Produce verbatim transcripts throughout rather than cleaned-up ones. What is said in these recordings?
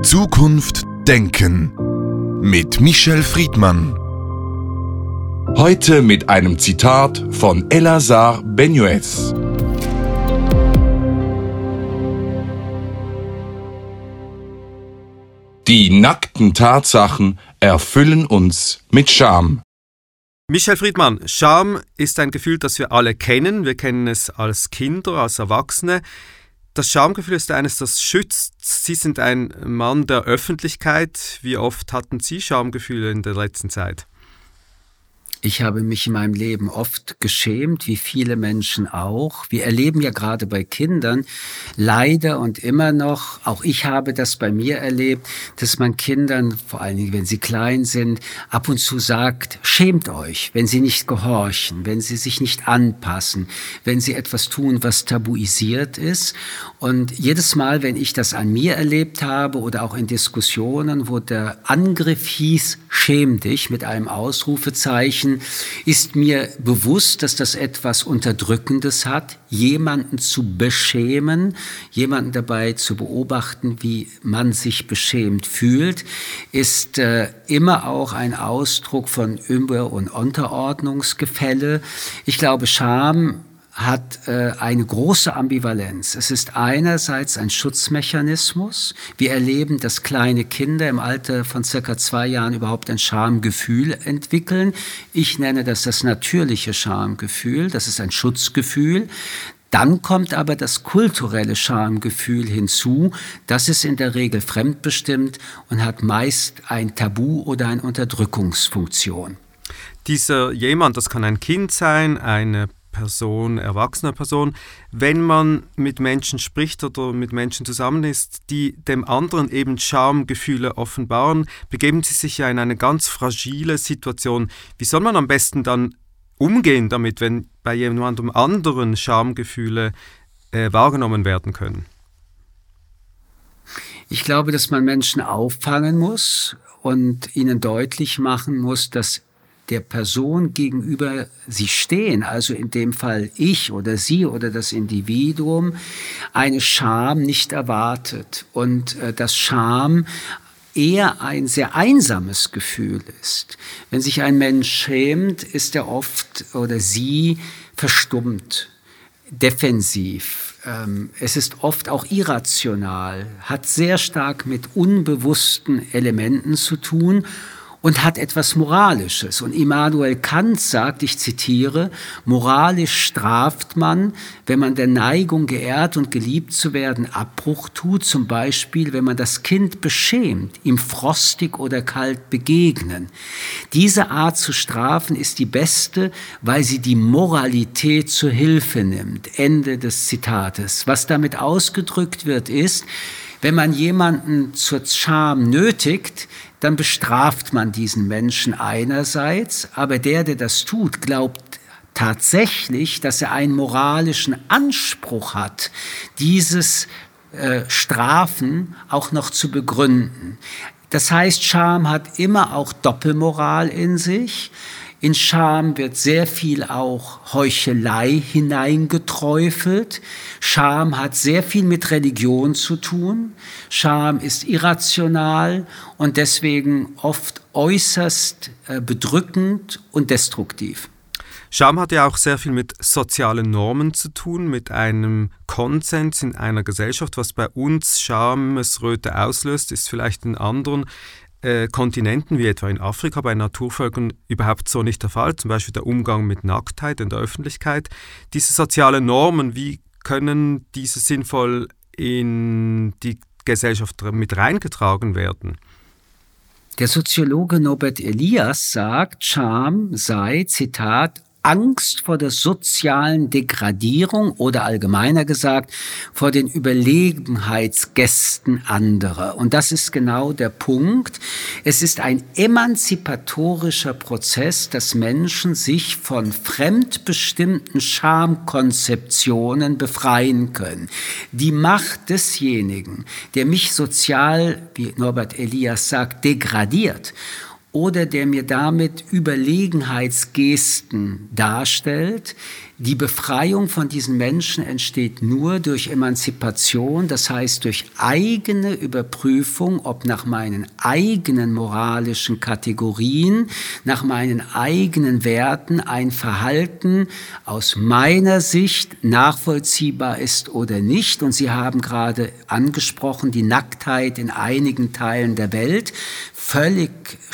Zukunft denken mit Michel Friedmann. Heute mit einem Zitat von Elazar Benuez. Die nackten Tatsachen erfüllen uns mit Scham. Michel Friedmann, Scham ist ein Gefühl, das wir alle kennen. Wir kennen es als Kinder, als Erwachsene. Das Schamgefühl ist eines, das schützt. Sie sind ein Mann der Öffentlichkeit. Wie oft hatten Sie Schamgefühle in der letzten Zeit? Ich habe mich in meinem Leben oft geschämt, wie viele Menschen auch. Wir erleben ja gerade bei Kindern leider und immer noch, auch ich habe das bei mir erlebt, dass man Kindern, vor allen Dingen wenn sie klein sind, ab und zu sagt, schämt euch, wenn sie nicht gehorchen, wenn sie sich nicht anpassen, wenn sie etwas tun, was tabuisiert ist. Und jedes Mal, wenn ich das an mir erlebt habe oder auch in Diskussionen, wo der Angriff hieß, schäm dich mit einem Ausrufezeichen, ist mir bewusst, dass das etwas Unterdrückendes hat, jemanden zu beschämen, jemanden dabei zu beobachten, wie man sich beschämt fühlt, ist äh, immer auch ein Ausdruck von Über- und Unterordnungsgefälle. Ich glaube, Scham hat äh, eine große Ambivalenz. Es ist einerseits ein Schutzmechanismus. Wir erleben, dass kleine Kinder im Alter von circa zwei Jahren überhaupt ein Schamgefühl entwickeln. Ich nenne das das natürliche Schamgefühl. Das ist ein Schutzgefühl. Dann kommt aber das kulturelle Schamgefühl hinzu. Das ist in der Regel fremdbestimmt und hat meist ein Tabu oder eine Unterdrückungsfunktion. Dieser jemand, das kann ein Kind sein, eine Person, erwachsene Person, wenn man mit Menschen spricht oder mit Menschen zusammen ist, die dem anderen eben Schamgefühle offenbaren, begeben sie sich ja in eine ganz fragile Situation. Wie soll man am besten dann umgehen damit, wenn bei jemandem anderen Schamgefühle äh, wahrgenommen werden können? Ich glaube, dass man Menschen auffangen muss und ihnen deutlich machen muss, dass der Person gegenüber sie stehen, also in dem Fall ich oder sie oder das Individuum, eine Scham nicht erwartet und äh, dass Scham eher ein sehr einsames Gefühl ist. Wenn sich ein Mensch schämt, ist er oft oder sie verstummt, defensiv. Ähm, es ist oft auch irrational, hat sehr stark mit unbewussten Elementen zu tun und hat etwas Moralisches. Und Immanuel Kant sagt, ich zitiere, moralisch straft man, wenn man der Neigung, geehrt und geliebt zu werden, Abbruch tut, zum Beispiel, wenn man das Kind beschämt, ihm frostig oder kalt begegnen. Diese Art zu strafen ist die beste, weil sie die Moralität zur Hilfe nimmt. Ende des Zitates. Was damit ausgedrückt wird, ist, wenn man jemanden zur Scham nötigt, dann bestraft man diesen Menschen einerseits, aber der, der das tut, glaubt tatsächlich, dass er einen moralischen Anspruch hat, dieses äh, Strafen auch noch zu begründen. Das heißt, Scham hat immer auch Doppelmoral in sich. In Scham wird sehr viel auch Heuchelei hineingeträufelt. Scham hat sehr viel mit Religion zu tun. Scham ist irrational und deswegen oft äußerst äh, bedrückend und destruktiv. Scham hat ja auch sehr viel mit sozialen Normen zu tun, mit einem Konsens in einer Gesellschaft. Was bei uns Schamesröte auslöst, ist vielleicht in anderen Äh, Kontinenten, wie etwa in Afrika, bei Naturvölkern überhaupt so nicht der Fall. Zum Beispiel der Umgang mit Nacktheit in der Öffentlichkeit. Diese sozialen Normen, wie können diese sinnvoll in die Gesellschaft mit reingetragen werden? Der Soziologe Norbert Elias sagt, Scham sei, Zitat, Angst vor der sozialen Degradierung oder allgemeiner gesagt vor den Überlegenheitsgästen anderer. Und das ist genau der Punkt. Es ist ein emanzipatorischer Prozess, dass Menschen sich von fremdbestimmten Schamkonzeptionen befreien können. Die Macht desjenigen, der mich sozial, wie Norbert Elias sagt, degradiert, oder der mir damit Überlegenheitsgesten darstellt, Die Befreiung von diesen Menschen entsteht nur durch Emanzipation, das heißt durch eigene Überprüfung, ob nach meinen eigenen moralischen Kategorien, nach meinen eigenen Werten ein Verhalten aus meiner Sicht nachvollziehbar ist oder nicht. Und Sie haben gerade angesprochen, die Nacktheit in einigen Teilen der Welt, völlig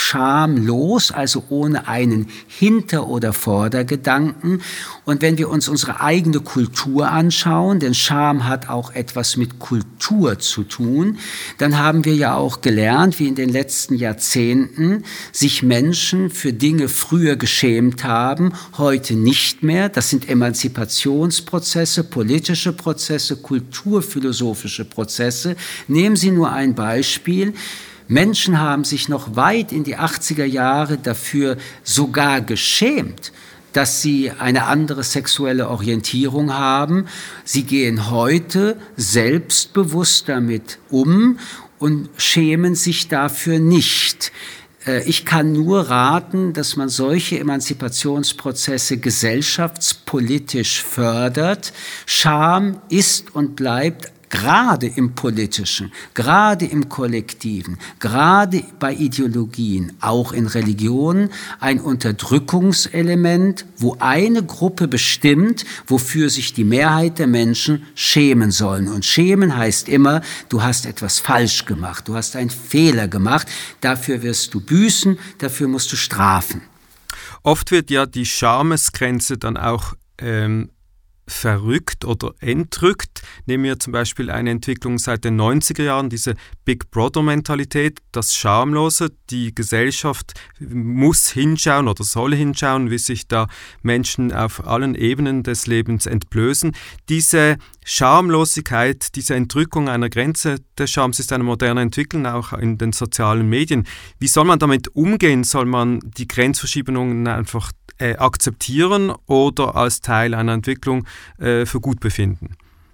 schamlos, also ohne einen Hinter- oder Vordergedanken. Und wenn wir uns unsere eigene Kultur anschauen, denn Scham hat auch etwas mit Kultur zu tun, dann haben wir ja auch gelernt, wie in den letzten Jahrzehnten sich Menschen für Dinge früher geschämt haben, heute nicht mehr. Das sind Emanzipationsprozesse, politische Prozesse, kulturphilosophische Prozesse. Nehmen Sie nur ein Beispiel. Menschen haben sich noch weit in die achtziger Jahre dafür sogar geschämt, dass sie eine andere sexuelle Orientierung haben. Sie gehen heute selbstbewusst damit um und schämen sich dafür nicht. Ich kann nur raten, dass man solche Emanzipationsprozesse gesellschaftspolitisch fördert. Scham ist und bleibt gerade im Politischen, gerade im Kollektiven, gerade bei Ideologien, auch in Religionen, ein Unterdrückungselement, wo eine Gruppe bestimmt, wofür sich die Mehrheit der Menschen schämen sollen. Und schämen heißt immer, du hast etwas falsch gemacht, du hast einen Fehler gemacht, dafür wirst du büßen, dafür musst du strafen. Oft wird ja die Schamesgrenze dann auch ähm verrückt oder entrückt. Nehmen wir zum Beispiel eine Entwicklung seit den neunziger Jahren, diese Big Brother-Mentalität, das Schamlose. Die Gesellschaft muss hinschauen oder soll hinschauen, wie sich da Menschen auf allen Ebenen des Lebens entblößen. Diese Schamlosigkeit, diese Entrückung einer Grenze des Schams ist eine moderne Entwicklung, auch in den sozialen Medien. Wie soll man damit umgehen? Soll man die Grenzverschiebungen einfach äh, akzeptieren oder als Teil einer Entwicklung äh, für gut befinden?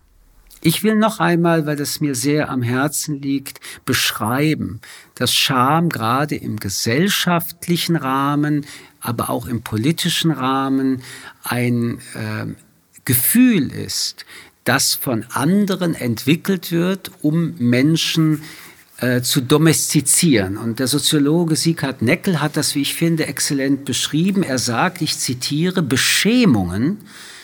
Ich will noch einmal, weil das mir sehr am Herzen liegt, beschreiben, dass Scham gerade im gesellschaftlichen Rahmen, aber auch im politischen Rahmen ein äh, Gefühl ist, das von anderen entwickelt wird, um Menschen äh, zu domestizieren. Und der Soziologe Sieghard Neckel hat das, wie ich finde, exzellent beschrieben. Er sagt, ich zitiere, Beschämungen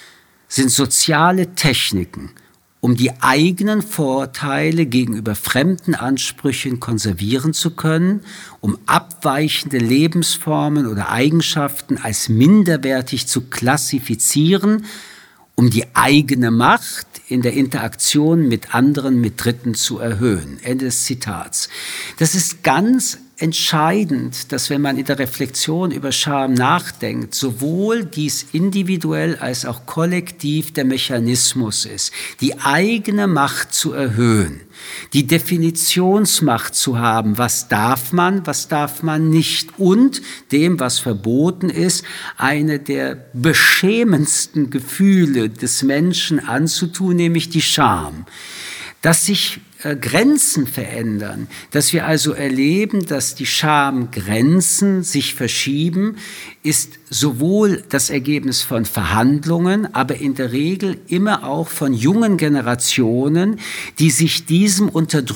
sind soziale Techniken, um die eigenen Vorteile gegenüber fremden Ansprüchen konservieren zu können, um abweichende Lebensformen oder Eigenschaften als minderwertig zu klassifizieren, um die eigene Macht in der Interaktion mit anderen, mit Dritten zu erhöhen. Ende des Zitats. Das ist ganz entscheidend, dass wenn man in der Reflexion über Scham nachdenkt, sowohl dies individuell als auch kollektiv der Mechanismus ist, die eigene Macht zu erhöhen, die Definitionsmacht zu haben, was darf man, was darf man nicht, und dem, was verboten ist, eine der beschämendsten Gefühle des Menschen anzutun, nämlich die Scham. Dass sich äh, Grenzen verändern, dass wir also erleben, dass die Schamgrenzen sich verschieben, ist sowohl das Ergebnis von Verhandlungen, aber in der Regel immer auch von jungen Generationen, die sich diesem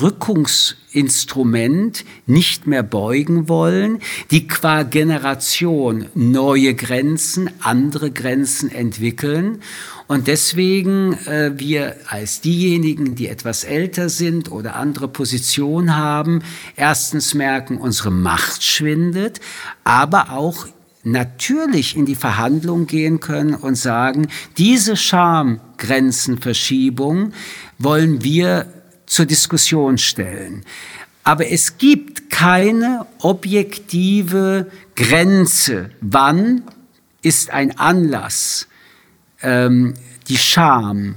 Unterdrückungsinstrument nicht mehr beugen wollen, die qua Generation neue Grenzen, andere Grenzen entwickeln. Und deswegen äh, wir als diejenigen, die etwas älter sind oder andere Position haben, erstens merken, unsere Macht schwindet, aber auch natürlich in die Verhandlung gehen können und sagen, diese Schamgrenzenverschiebung wollen wir zur Diskussion stellen. Aber es gibt keine objektive Grenze. Wann ist ein Anlass, die Scham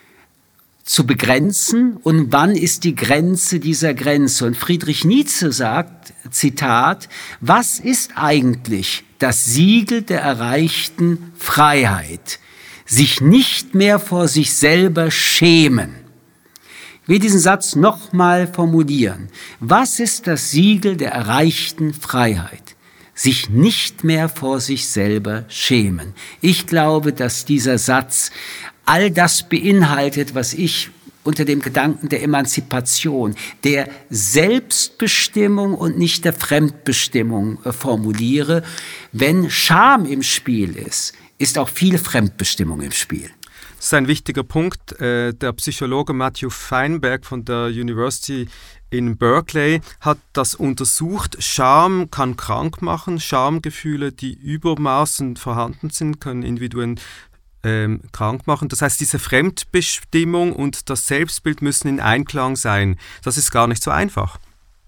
zu begrenzen und wann ist die Grenze dieser Grenze? Und Friedrich Nietzsche sagt, Zitat, was ist eigentlich das Siegel der erreichten Freiheit? Sich nicht mehr vor sich selber schämen. Ich will diesen Satz nochmal formulieren. Was ist das Siegel der erreichten Freiheit? sich nicht mehr vor sich selber schämen. Ich glaube, dass dieser Satz all das beinhaltet, was ich unter dem Gedanken der Emanzipation, der Selbstbestimmung und nicht der Fremdbestimmung äh, formuliere. Wenn Scham im Spiel ist, ist auch viel Fremdbestimmung im Spiel. Das ist ein wichtiger Punkt. Der Psychologe Matthew Feinberg von der University in Berkeley hat das untersucht. Scham kann krank machen. Schamgefühle, die übermaßen vorhanden sind, können Individuen ähm, krank machen. Das heißt, diese Fremdbestimmung und das Selbstbild müssen in Einklang sein. Das ist gar nicht so einfach.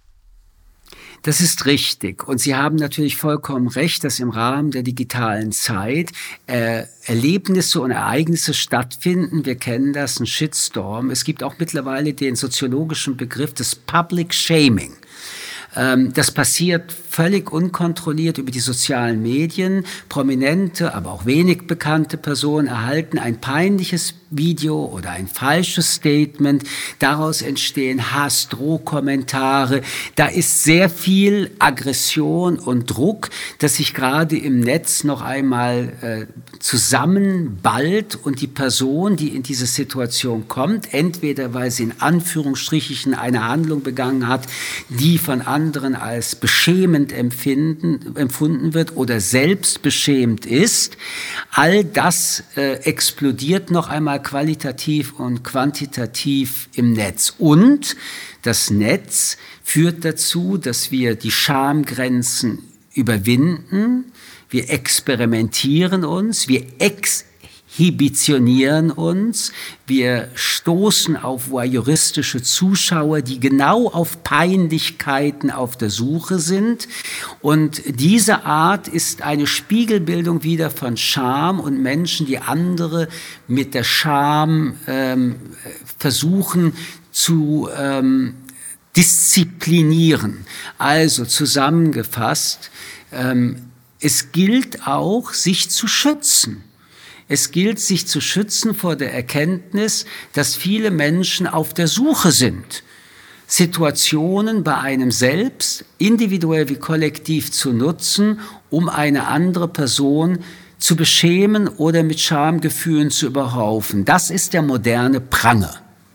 Das ist richtig. Und Sie haben natürlich vollkommen recht, dass im Rahmen der digitalen Zeit äh, Erlebnisse und Ereignisse stattfinden. Wir kennen das, ein Shitstorm. Es gibt auch mittlerweile den soziologischen Begriff des Public Shaming. Ähm, das passiert völlig unkontrolliert über die sozialen Medien. Prominente, aber auch wenig bekannte Personen erhalten ein peinliches Video oder ein falsches Statement. Daraus entstehen Hass, Drohkommentare. Da ist sehr viel Aggression und Druck, das sich gerade im Netz noch einmal äh, zusammenballt und die Person, die in diese Situation kommt, entweder weil sie in Anführungsstrichen eine Handlung begangen hat, die von anderen als beschämend empfinden, empfunden wird oder selbst beschämt ist, all das äh, explodiert noch einmal qualitativ und quantitativ im Netz. Und das Netz führt dazu, dass wir die Schamgrenzen überwinden, wir experimentieren uns, wir exhibitionieren uns, wir stoßen auf voyeuristische Zuschauer, die genau auf Peinlichkeiten auf der Suche sind. Und diese Art ist eine Spiegelbildung wieder von Scham und Menschen, die andere mit der Scham ähm, versuchen zu ähm, disziplinieren. Also zusammengefasst, ähm, es gilt auch, sich zu schützen. Es gilt, sich zu schützen vor der Erkenntnis, dass viele Menschen auf der Suche sind, Situationen bei einem selbst, individuell wie kollektiv zu nutzen, um eine andere Person zu beschämen oder mit Schamgefühlen zu überhaufen. Das ist der moderne Pranger.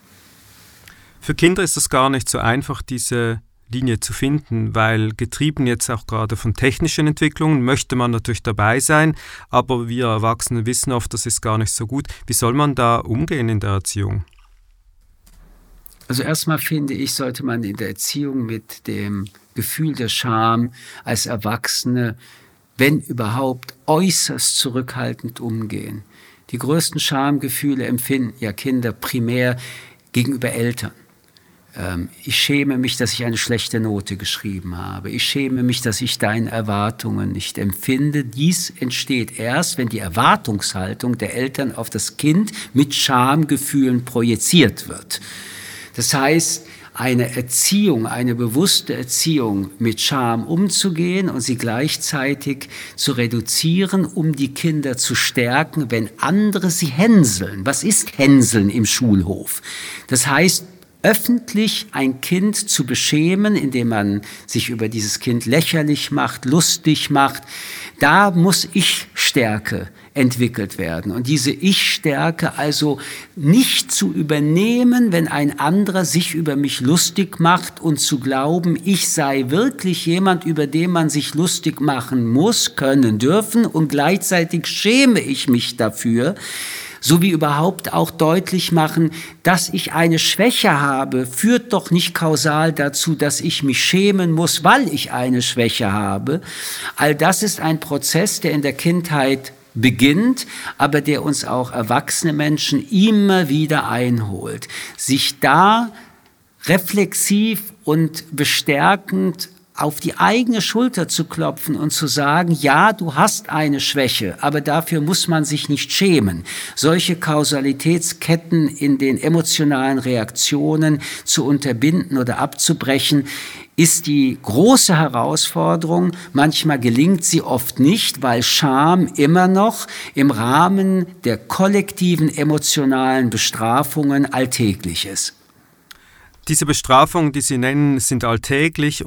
Für Kinder ist es gar nicht so einfach, diese Linie zu finden, weil getrieben jetzt auch gerade von technischen Entwicklungen möchte man natürlich dabei sein, aber wir Erwachsene wissen oft, das ist gar nicht so gut. Wie soll man da umgehen in der Erziehung? Also erstmal finde ich, sollte man in der Erziehung mit dem Gefühl der Scham als Erwachsene, wenn überhaupt, äußerst zurückhaltend umgehen. Die größten Schamgefühle empfinden ja Kinder primär gegenüber Eltern. Ich schäme mich, dass ich eine schlechte Note geschrieben habe. Ich schäme mich, dass ich deine Erwartungen nicht empfinde. Dies entsteht erst, wenn die Erwartungshaltung der Eltern auf das Kind mit Schamgefühlen projiziert wird. Das heißt, eine Erziehung, eine bewusste Erziehung mit Scham umzugehen und sie gleichzeitig zu reduzieren, um die Kinder zu stärken, wenn andere sie hänseln. Was ist Hänseln im Schulhof? Das heißt, öffentlich ein Kind zu beschämen, indem man sich über dieses Kind lächerlich macht, lustig macht, da muss Ich-Stärke entwickelt werden. Und diese Ich-Stärke also nicht zu übernehmen, wenn ein anderer sich über mich lustig macht und zu glauben, ich sei wirklich jemand, über den man sich lustig machen muss, können, dürfen und gleichzeitig schäme ich mich dafür, sowie überhaupt auch deutlich machen, dass ich eine Schwäche habe, führt doch nicht kausal dazu, dass ich mich schämen muss, weil ich eine Schwäche habe. All das ist ein Prozess, der in der Kindheit beginnt, aber der uns auch erwachsene Menschen immer wieder einholt. Sich da reflexiv und bestärkend auf die eigene Schulter zu klopfen und zu sagen, ja, du hast eine Schwäche, aber dafür muss man sich nicht schämen. Solche Kausalitätsketten in den emotionalen Reaktionen zu unterbinden oder abzubrechen, ist die große Herausforderung. Manchmal gelingt sie oft nicht, weil Scham immer noch im Rahmen der kollektiven emotionalen Bestrafungen alltäglich ist. Diese Bestrafungen, die Sie nennen, sind alltäglich und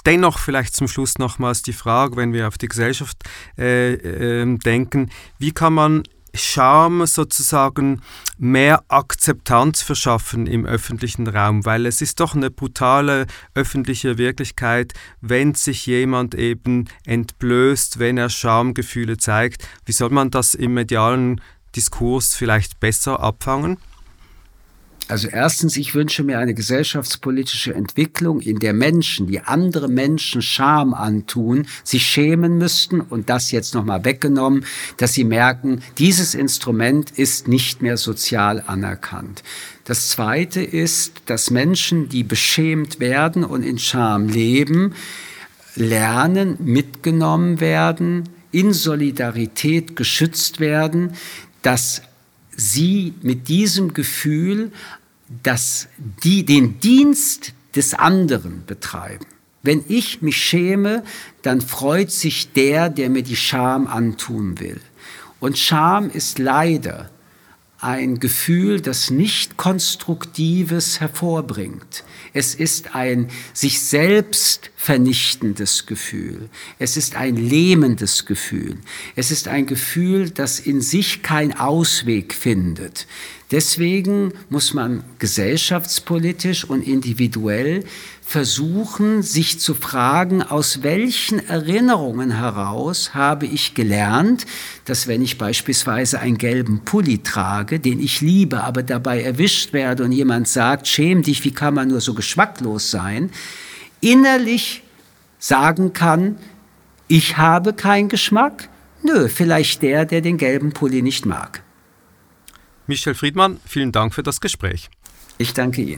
dennoch vielleicht zum Schluss nochmals die Frage, wenn wir auf die Gesellschaft äh, äh, denken, wie kann man Scham sozusagen mehr Akzeptanz verschaffen im öffentlichen Raum, weil es ist doch eine brutale öffentliche Wirklichkeit, wenn sich jemand eben entblößt, wenn er Schamgefühle zeigt. Wie soll man das im medialen Diskurs vielleicht besser abfangen? Also erstens, ich wünsche mir eine gesellschaftspolitische Entwicklung, in der Menschen, die andere Menschen Scham antun, sich schämen müssten und das jetzt nochmal weggenommen, dass sie merken, dieses Instrument ist nicht mehr sozial anerkannt. Das Zweite ist, dass Menschen, die beschämt werden und in Scham leben, lernen, mitgenommen werden, in Solidarität geschützt werden, dass sie mit diesem Gefühl, dass die den Dienst des anderen betreiben. Wenn ich mich schäme, dann freut sich der, der mir die Scham antun will. Und Scham ist leider ein Gefühl, das nicht Konstruktives hervorbringt. Es ist ein sich selbst vernichtendes Gefühl. Es ist ein lähmendes Gefühl. Es ist ein Gefühl, das in sich keinen Ausweg findet. Deswegen muss man gesellschaftspolitisch und individuell versuchen, sich zu fragen, aus welchen Erinnerungen heraus habe ich gelernt, dass wenn ich beispielsweise einen gelben Pulli trage, den ich liebe, aber dabei erwischt werde und jemand sagt, schäm dich, wie kann man nur so geschmacklos sein, innerlich sagen kann, ich habe keinen Geschmack, nö, vielleicht der, der den gelben Pulli nicht mag. Michel Friedmann, vielen Dank für das Gespräch. Ich danke Ihnen.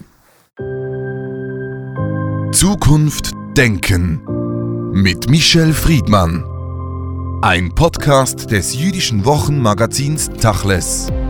Zukunft denken mit Michel Friedmann. Ein Podcast des jüdischen Wochenmagazins Tachles.